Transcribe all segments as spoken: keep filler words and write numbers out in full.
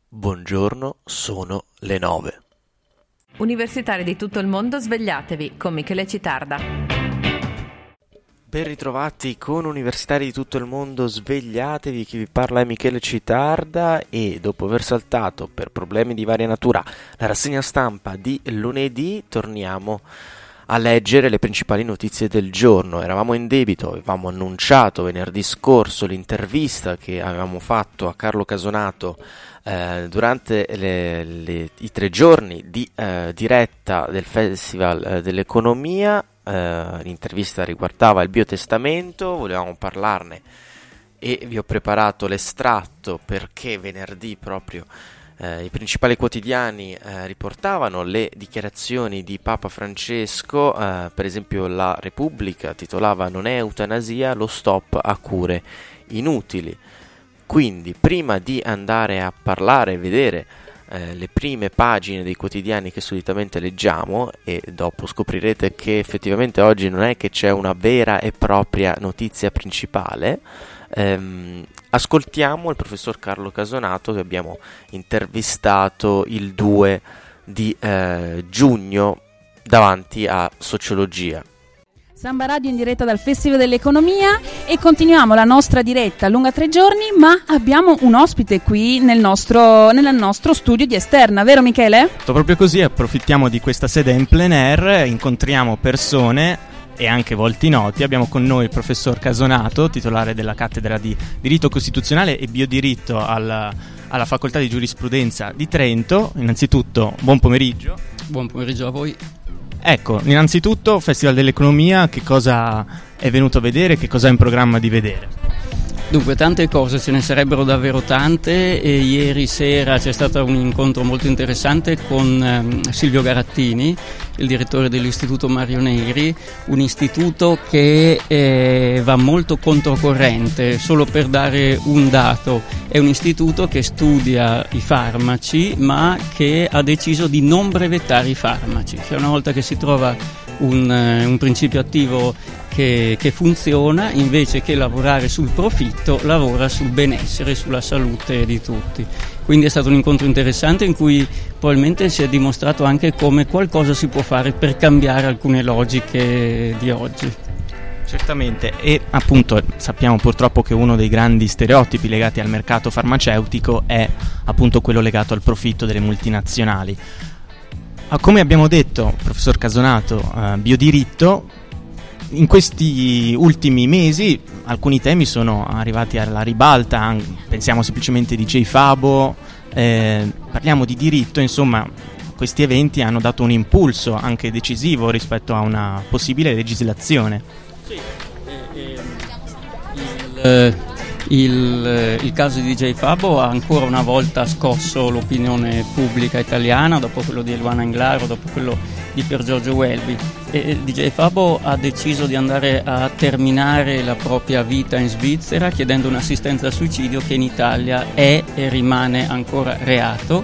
Buongiorno, sono le nove. Universitari di tutto il mondo, svegliatevi con Michele Citarda. Ben ritrovati con Universitari di tutto il mondo, svegliatevi, chi vi parla è Michele Citarda e dopo aver saltato per problemi di varia natura la rassegna stampa di lunedì torniamo a leggere le principali notizie del giorno. Eravamo in debito, avevamo annunciato venerdì scorso l'intervista che avevamo fatto a Carlo Casonato eh, durante le, le, i tre giorni di eh, diretta del Festival eh, dell'Economia. Uh, l'intervista riguardava il biotestamento, volevamo parlarne e vi ho preparato l'estratto perché venerdì proprio uh, i principali quotidiani uh, riportavano le dichiarazioni di Papa Francesco. Uh, per esempio la Repubblica titolava "Non è eutanasia, lo stop a cure inutili". Quindi prima di andare a parlare e vedere Eh, le prime pagine dei quotidiani che solitamente leggiamo, e dopo scoprirete che effettivamente oggi non è che c'è una vera e propria notizia principale, ehm, ascoltiamo il professor Carlo Casonato che abbiamo intervistato il due di eh, giugno davanti a Sociologia. Samba Radio in diretta dal Festival dell'Economia e continuiamo la nostra diretta lunga tre giorni, ma abbiamo un ospite qui nel nostro, nel nostro studio di Esterna, vero Michele? Proprio così, approfittiamo di questa sede in plein air, incontriamo persone e anche volti noti. Abbiamo con noi il professor Casonato, titolare della cattedra di diritto costituzionale e biodiritto alla, alla facoltà di giurisprudenza di Trento. Innanzitutto buon pomeriggio. Buon pomeriggio a voi. Ecco, innanzitutto Festival dell'Economia, che cosa è venuto a vedere, che cosa ha in programma di vedere? Dunque, tante cose, ce ne sarebbero davvero tante e ieri sera c'è stato un incontro molto interessante con ehm, Silvio Garattini, il direttore dell'Istituto Mario Negri, un istituto che eh, va molto controcorrente. Solo per dare un dato, è un istituto che studia i farmaci ma che ha deciso di non brevettare i farmaci, cioè una volta che si trova un, un principio attivo Che, che funziona, invece che lavorare sul profitto, lavora sul benessere, sulla salute di tutti. Quindi è stato un incontro interessante in cui probabilmente si è dimostrato anche come qualcosa si può fare per cambiare alcune logiche di oggi. Certamente, e appunto sappiamo purtroppo che uno dei grandi stereotipi legati al mercato farmaceutico è appunto quello legato al profitto delle multinazionali. Ah, come abbiamo detto, professor Casonato, eh, biodiritto. In questi ultimi mesi alcuni temi sono arrivati alla ribalta, pensiamo semplicemente di J Fabo, eh, parliamo di diritto, insomma questi eventi hanno dato un impulso anche decisivo rispetto a una possibile legislazione. Sì, eh, eh, il, eh, il, il caso di J Fabo ha ancora una volta scosso l'opinione pubblica italiana, dopo quello di Eluana Englaro, dopo quello di Pier Giorgio Welby. E D J Fabo ha deciso di andare a terminare la propria vita in Svizzera chiedendo un'assistenza al suicidio che in Italia è e rimane ancora reato,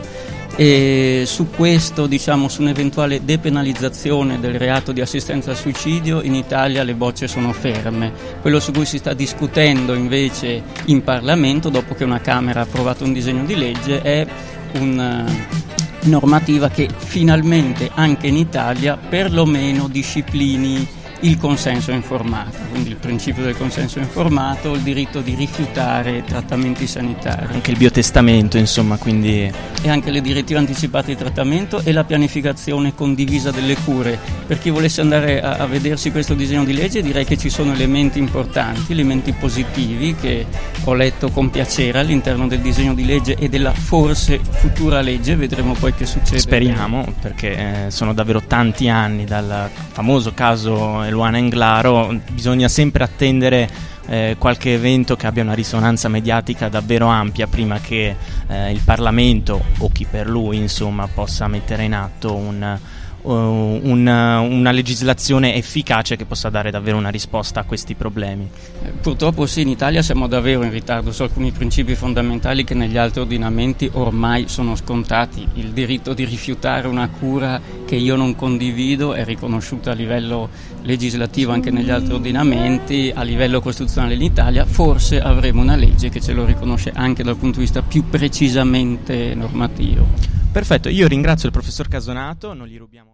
e su questo, diciamo, su un'eventuale depenalizzazione del reato di assistenza al suicidio in Italia le bocce sono ferme. Quello su cui si sta discutendo invece in Parlamento, dopo che una Camera ha approvato un disegno di legge, è un normativa che finalmente anche in Italia perlomeno disciplini il consenso informato, quindi il principio del consenso informato, il diritto di rifiutare trattamenti sanitari. Anche il biotestamento, insomma, quindi... E anche le direttive anticipate di trattamento e la pianificazione condivisa delle cure. Per chi volesse andare a, a vedersi questo disegno di legge, direi che ci sono elementi importanti, elementi positivi che ho letto con piacere all'interno del disegno di legge e della forse futura legge, vedremo poi che succede. Speriamo, perché eh, sono davvero tanti anni dal famoso caso Eluana Englaro, bisogna sempre attendere eh, qualche evento che abbia una risonanza mediatica davvero ampia prima che eh, il Parlamento o chi per lui insomma possa mettere in atto un, uh, una, una legislazione efficace che possa dare davvero una risposta a questi problemi. Eh, purtroppo sì, in Italia siamo davvero in ritardo su alcuni principi fondamentali che negli altri ordinamenti ormai sono scontati. Il diritto di rifiutare una cura che io non condivido è riconosciuto a livello legislativo anche negli altri ordinamenti, a livello costituzionale in Italia forse avremo una legge che ce lo riconosce anche dal punto di vista più precisamente normativo. Perfetto, io ringrazio il professor Casonato, non gli rubiamo.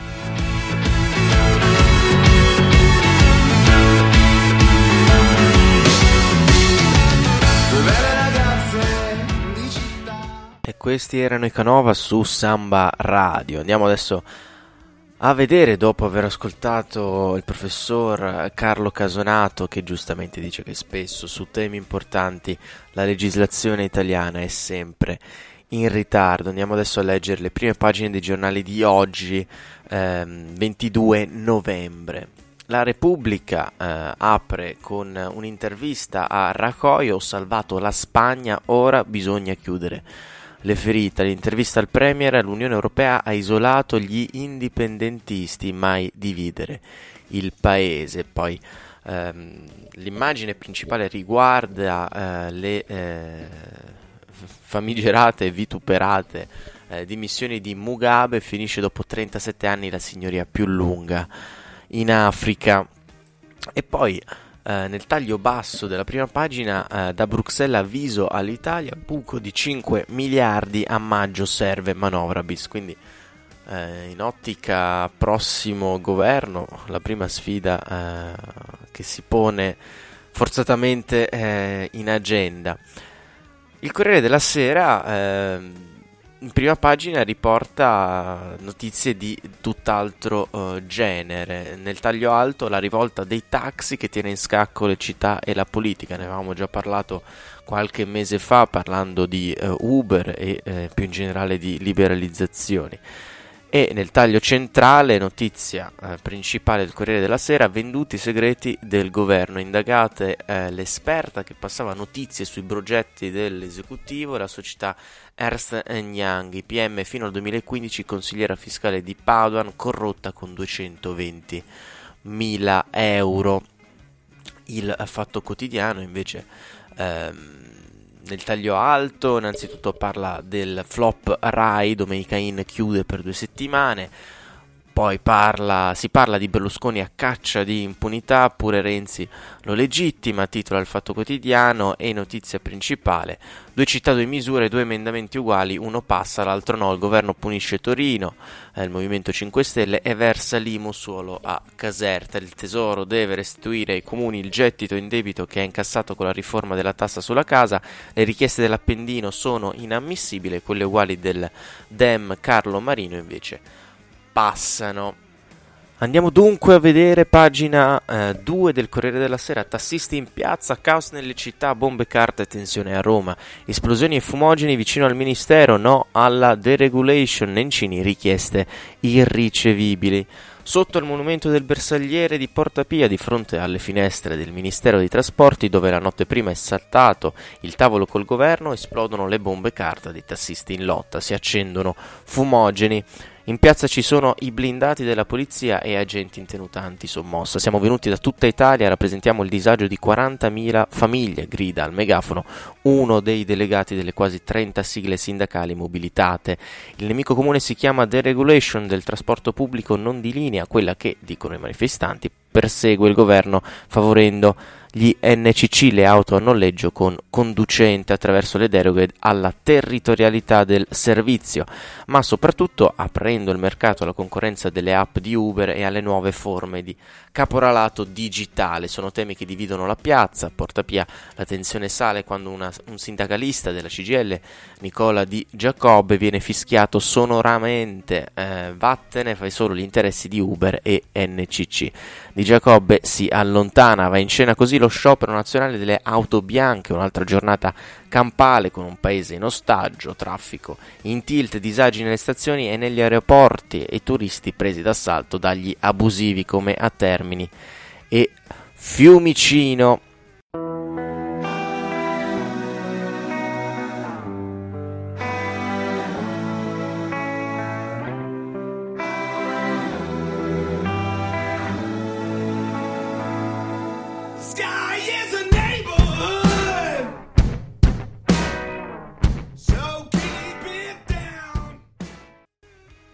E questi erano i Canova su Samba Radio. Andiamo adesso a vedere, dopo aver ascoltato il professor Carlo Casonato, che giustamente dice che spesso su temi importanti la legislazione italiana è sempre in ritardo. Andiamo adesso a leggere le prime pagine dei giornali di oggi, ehm, ventidue novembre. La Repubblica eh, apre con un'intervista a Rajoy: ho salvato la Spagna, ora bisogna chiudere le ferite. L'intervista al Premier: l'Unione Europea ha isolato gli indipendentisti, mai dividere il paese. Poi ehm, l'immagine principale riguarda eh, le eh, famigerate e vituperate eh, dimissioni di Mugabe. Finisce dopo trentasette anni la signoria più lunga in Africa. E poi eh, nel taglio basso della prima pagina, eh, da Bruxelles avviso all'Italia: buco di cinque miliardi, a maggio serve manovra bis. Quindi eh, in ottica prossimo governo, la prima sfida eh, che si pone forzatamente eh, in agenda. Il Corriere della Sera eh, in prima pagina riporta notizie di tutt'altro uh, genere. Nel taglio alto, la rivolta dei taxi che tiene in scacco le città e la politica. Ne avevamo già parlato qualche mese fa, parlando di uh, Uber e eh, più in generale di liberalizzazioni. E nel taglio centrale, notizia eh, principale del Corriere della Sera: venduti segreti del governo, indagate eh, l'esperta che passava notizie sui progetti dell'esecutivo, la società Ernst and Young, I P M fino al duemilaquindici, consigliera fiscale di Padoan, corrotta con duecentoventimila euro. Il Fatto Quotidiano invece ehm, nel taglio alto innanzitutto parla del flop Rai, Domenica In chiude per due settimane. Poi parla, si parla di Berlusconi a caccia di impunità, pure Renzi lo legittima, titola il Fatto Quotidiano. E notizia principale: due città, due misure, due emendamenti uguali, uno passa, l'altro no. Il governo punisce Torino, eh, il Movimento cinque Stelle, e versa l'I M U solo a Caserta. Il Tesoro deve restituire ai comuni il gettito in debito che ha incassato con la riforma della tassa sulla casa. Le richieste dell'Appendino sono inammissibili, quelle uguali del Dem Carlo Marino invece passano. Andiamo dunque a vedere pagina eh, due del Corriere della Sera. Tassisti in piazza, caos nelle città, bombe, carte, tensione a Roma, esplosioni e fumogeni vicino al ministero, no alla deregulation, Nencini, richieste irricevibili. Sotto il monumento del Bersagliere di Porta Pia, di fronte alle finestre del Ministero dei Trasporti, dove la notte prima è saltato il tavolo col governo, esplodono le bombe carta dei tassisti in lotta, si accendono fumogeni. In piazza ci sono i blindati della polizia e agenti intenutanti sommossa. Siamo venuti da tutta Italia, rappresentiamo il disagio di quarantamila famiglie, grida al megafono uno dei delegati delle quasi trenta sigle sindacali mobilitate. Il nemico comune si chiama deregulation del trasporto pubblico non di linea, quella che, dicono i manifestanti, persegue il governo favorendo gli N C C, le auto a noleggio con conducente, attraverso le deroghe alla territorialità del servizio, ma soprattutto aprendo il mercato alla concorrenza delle app di Uber e alle nuove forme di caporalato digitale. Sono temi che dividono la piazza. A Porta Pia la tensione sale quando una, un sindacalista della C G I L, Nicola Di Giacobbe, viene fischiato sonoramente. Eh, vattene, fai solo gli interessi di Uber e N C C. Di Giacobbe si allontana, va in scena così lo sciopero nazionale delle auto bianche, un'altra giornata campale con un paese in ostaggio, traffico in tilt, disagi nelle stazioni e negli aeroporti e turisti presi d'assalto dagli abusivi come a Termini e Fiumicino.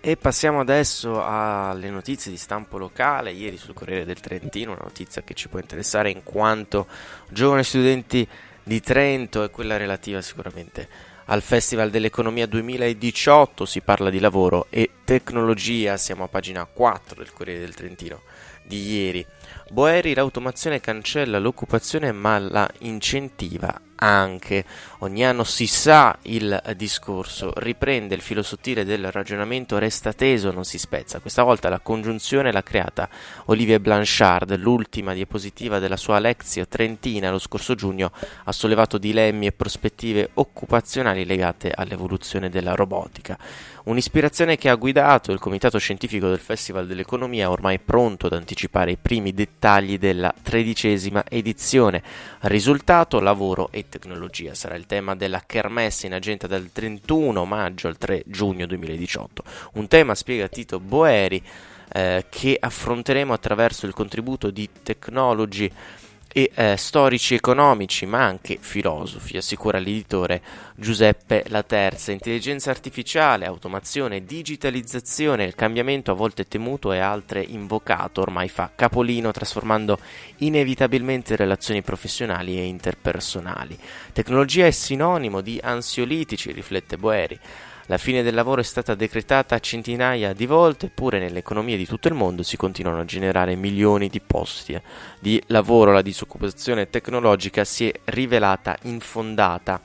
E passiamo adesso alle notizie di stampo locale. Ieri sul Corriere del Trentino una notizia che ci può interessare in quanto giovani studenti di Trento, e quella relativa sicuramente al Festival dell'Economia duemiladiciotto. Si parla di lavoro e tecnologia, siamo a pagina quattro del Corriere del Trentino di ieri. Boeri, l'automazione cancella l'occupazione ma la incentiva anche. Ogni anno si sa il discorso, riprende il filo sottile del ragionamento, resta teso, non si spezza. Questa volta la congiunzione l'ha creata Olivier Blanchard, l'ultima diapositiva della sua Lectio Trentina lo scorso giugno ha sollevato dilemmi e prospettive occupazionali legate all'evoluzione della robotica. Un'ispirazione che ha guidato il comitato scientifico del Festival dell'Economia, ormai pronto ad anticipare i primi dettagli della tredicesima edizione. Risultato: lavoro e tecnologia sarà il tema della kermesse in agenda dal trentuno maggio al tre giugno duemiladiciotto. Un tema, spiega Tito Boeri, eh, che affronteremo attraverso il contributo di tecnologi e eh, storici economici, ma anche filosofi, assicura l'editore Giuseppe Laterza. Intelligenza artificiale, automazione, digitalizzazione, il cambiamento a volte temuto e altre invocato ormai fa capolino, trasformando inevitabilmente relazioni professionali e interpersonali. Tecnologia è sinonimo di ansiolitici, riflette Boeri. La fine del lavoro è stata decretata centinaia di volte, eppure nelle economie di tutto il mondo si continuano a generare milioni di posti di lavoro. La disoccupazione tecnologica si è rivelata infondata.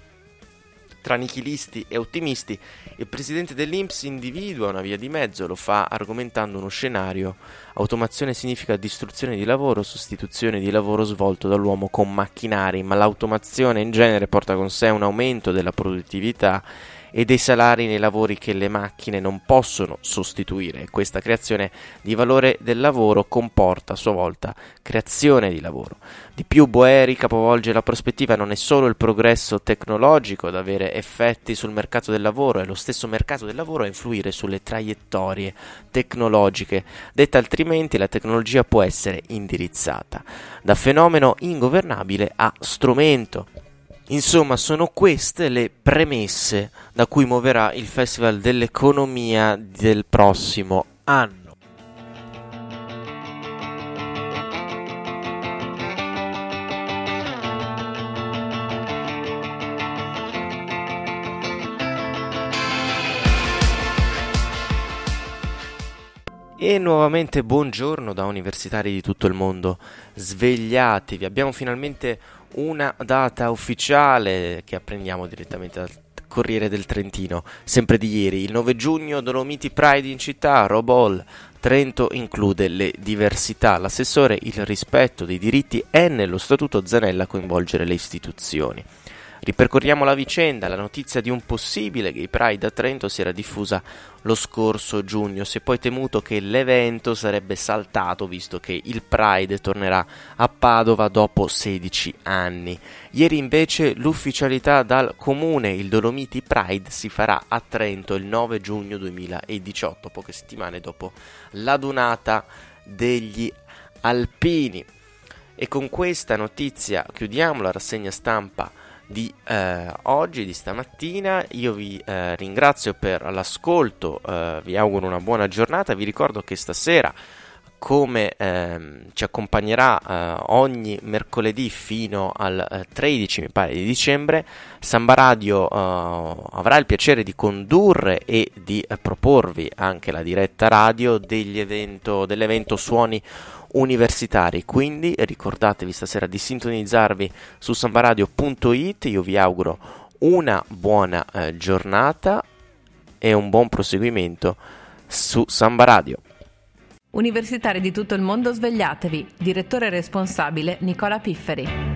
Tra nichilisti e ottimisti, il presidente dell'I N P S individua una via di mezzo, lo fa argomentando uno scenario. Automazione significa distruzione di lavoro, sostituzione di lavoro svolto dall'uomo con macchinari, ma l'automazione in genere porta con sé un aumento della produttività e dei salari nei lavori che le macchine non possono sostituire. Questa creazione di valore del lavoro comporta a sua volta creazione di lavoro. Di più, Boeri capovolge la prospettiva: non è solo il progresso tecnologico ad avere effetti sul mercato del lavoro, è lo stesso mercato del lavoro a influire sulle traiettorie tecnologiche. Detta altrimenti, la tecnologia può essere indirizzata da fenomeno ingovernabile a strumento. Insomma, sono queste le premesse da cui muoverà il Festival dell'Economia del prossimo anno. E nuovamente buongiorno da universitari di tutto il mondo, svegliatevi, abbiamo finalmente una data ufficiale che apprendiamo direttamente dal Corriere del Trentino, sempre di ieri, il nove giugno, Dolomiti Pride in città, Robol, Trento include le diversità, l'assessore il rispetto dei diritti è nello statuto Zanella a coinvolgere le istituzioni. Ripercorriamo la vicenda, la notizia di un possibile Gay Pride a Trento si era diffusa lo scorso giugno, si è poi temuto che l'evento sarebbe saltato visto che il Pride tornerà a Padova dopo sedici anni. Ieri invece l'ufficialità dal comune, il Dolomiti Pride si farà a Trento il nove giugno duemiladiciotto, poche settimane dopo l'adunata degli alpini. E con questa notizia chiudiamo la rassegna stampa di eh, oggi, di stamattina. Io vi eh, ringrazio per l'ascolto, eh, vi auguro una buona giornata. Vi ricordo che stasera, come ehm, ci accompagnerà eh, ogni mercoledì fino al eh, tredici mi pare di dicembre, Samba Radio eh, avrà il piacere di condurre e di eh, proporvi anche la diretta radio degli evento, dell'evento Suoni Universitari. Quindi ricordatevi stasera di sintonizzarvi su sambaradio punto it. Io vi auguro una buona eh, giornata e un buon proseguimento su Samba Radio. Universitari di tutto il mondo, svegliatevi. Direttore responsabile Nicola Pifferi.